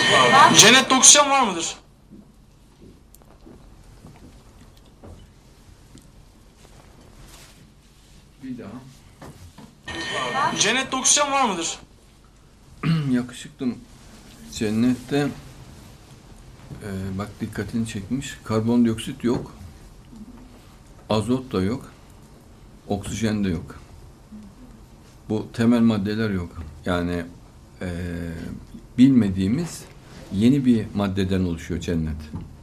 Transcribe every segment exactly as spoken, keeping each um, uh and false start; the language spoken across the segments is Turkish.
Cennette oksijen var mıdır? Bir daha. Cennette oksijen var mıdır? Yakışıklım, cennette e, bak dikkatini çekmiş. Karbondioksit yok. Azot da yok. Oksijen de yok. Bu temel maddeler yok. Yani e, bilmediğimiz yeni bir maddeden oluşuyor cennet.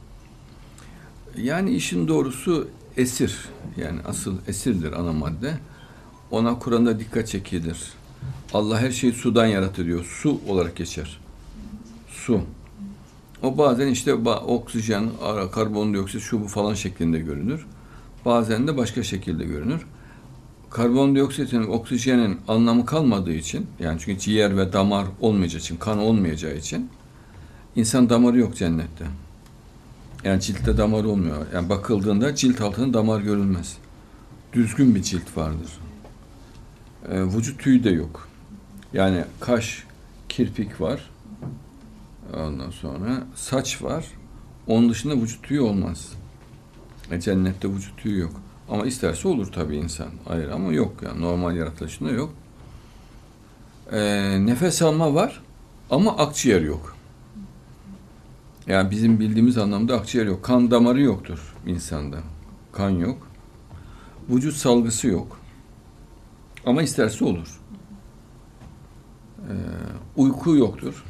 Yani işin doğrusu esir. Yani asıl esirdir ana madde. Ona Kur'an'da dikkat çekilir. Allah her şeyi sudan yaratır diyor. Su olarak geçer. Su. O bazen işte oksijen, karbondioksit, şu bu falan şeklinde görünür. Bazen de başka şekilde görünür. Karbondioksitin, oksijenin anlamı kalmadığı için, yani çünkü ciğer ve damar olmayacağı için, kan olmayacağı için insan damarı yok cennette. Yani ciltte damar olmuyor. Yani bakıldığında cilt altında damar görülmez. Düzgün bir cilt vardır. Ee, vücut tüyü de yok. Yani kaş, kirpik var. Ondan sonra saç var. Onun dışında vücut tüyü olmaz. E, cennette vücut tüyü yok. Ama isterse olur tabii insan. Hayır ama yok yani. Normal yaratılışında yok. Ee, nefes alma var ama akciğer yok. Yani bizim bildiğimiz anlamda akciğer yok. Kan damarı yoktur insanda. Kan yok. Vücut salgısı yok. Ama isterse olur. Ee, uyku yoktur.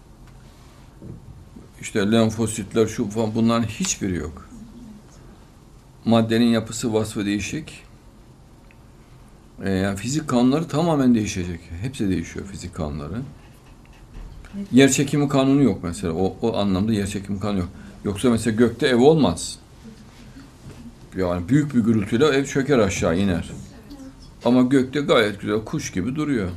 İşte lenfositler, şu falan, bunların hiçbiri yok. Maddenin yapısı, vasfı değişik. Ee, yani fizik kanunları tamamen değişecek. Hepsi değişiyor fizik kanunları. Yer çekimi kanunu yok mesela. O, o anlamda yer çekimi kanunu yok. Yoksa mesela gökte ev olmaz. Yani büyük bir gürültüyle ev çöker, aşağı iner. Ama gökte gayet güzel kuş gibi duruyor.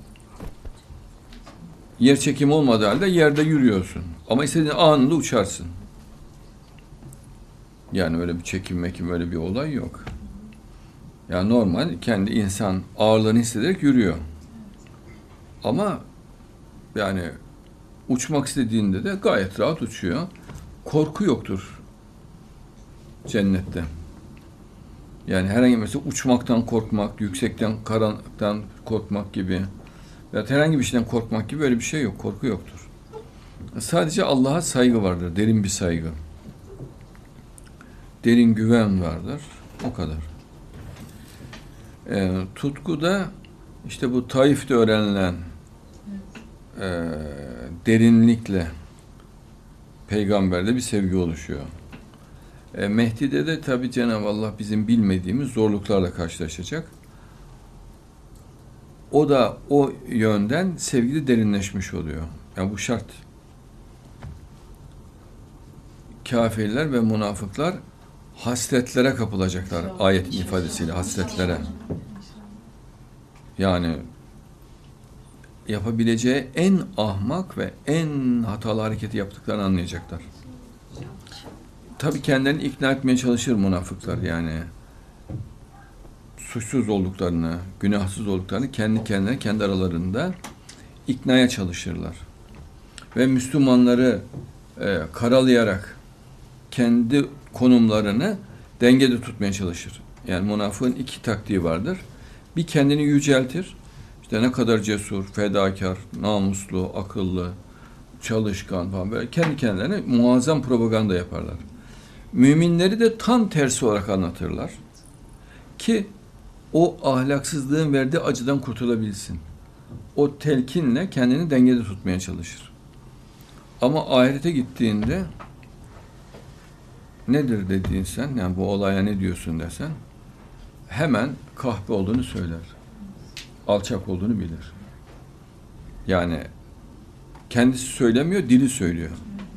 Yer çekimi olmadığı halde yerde yürüyorsun. Ama istediğin anında uçarsın. Yani öyle bir çekim mekim, öyle bir olay yok. Yani normal kendi insan ağırlığını hissederek yürüyor. Ama yani uçmak istediğinde de gayet rahat uçuyor. Korku yoktur cennette. Yani herhangi mesela uçmaktan korkmak, yüksekten, karanlıktan korkmak gibi veya herhangi bir şeyden korkmak gibi öyle bir şey yok. Korku yoktur. Sadece Allah'a saygı vardır. Derin bir saygı. Derin güven vardır. O kadar. E, tutku da işte bu Taif'te öğrenilen e, derinlikle peygamberde bir sevgi oluşuyor. E, Mehdi'de de tabii Cenab-ı Allah bizim bilmediğimiz zorluklarla karşılaşacak. O da o yönden sevgide derinleşmiş oluyor. Yani bu şart. Kafirler ve münafıklar hasretlere kapılacaklar. Ayetin ifadesiyle hasretlere. Yani yapabileceği en ahmak ve en hatalı hareketi yaptıklarını anlayacaklar. Tabii kendilerini ikna etmeye çalışır münafıklar yani. Suçsuz olduklarını, günahsız olduklarını kendi kendine, kendi aralarında iknaya çalışırlar. Ve Müslümanları e, karalayarak kendi konumlarını dengede tutmaya çalışır. Yani münafığın iki taktiği vardır. Bir kendini yüceltir. İşte ne kadar cesur, fedakar, namuslu, akıllı, çalışkan falan böyle kendi kendilerine muazzam propaganda yaparlar. Müminleri de tam tersi olarak anlatırlar. Ki o ahlaksızlığın verdiği acıdan kurtulabilsin. O telkinle kendini dengede tutmaya çalışır. Ama ahirete gittiğinde nedir dediğin sen, yani bu olaya ne diyorsun desen, hemen kahpe olduğunu söyler. Alçak olduğunu bilir. Yani kendisi söylemiyor, dili söylüyor.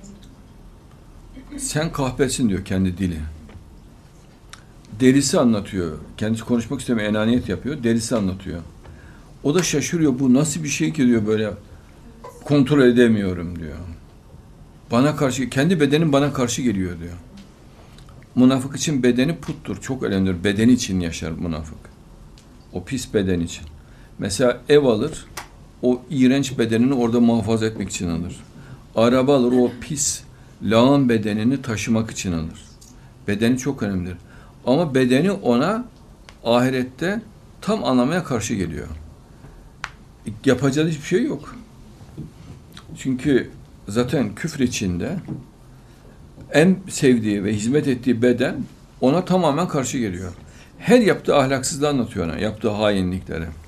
Sen kahpesin diyor kendi dili. Derisi anlatıyor. Kendisi konuşmak istemiyor, enaniyet yapıyor. Derisi anlatıyor. O da şaşırıyor. Bu nasıl bir şey ki diyor, böyle kontrol edemiyorum diyor. Bana karşı, kendi bedenim bana karşı geliyor diyor. Münafık için bedeni puttur. Çok önemlidir. Bedeni için yaşar münafık. O pis beden için. Mesela ev alır, o iğrenç bedenini orada muhafaza etmek için alır. Araba alır, o pis lağım bedenini taşımak için alır. Bedeni çok önemlidir. Ama bedeni ona ahirette tam anlamaya karşı geliyor. Yapacağı hiçbir şey yok. Çünkü zaten küfür içinde en sevdiği ve hizmet ettiği beden ona tamamen karşı geliyor. Her yaptığı ahlaksızlığı anlatıyor ona, yaptığı hainlikleri.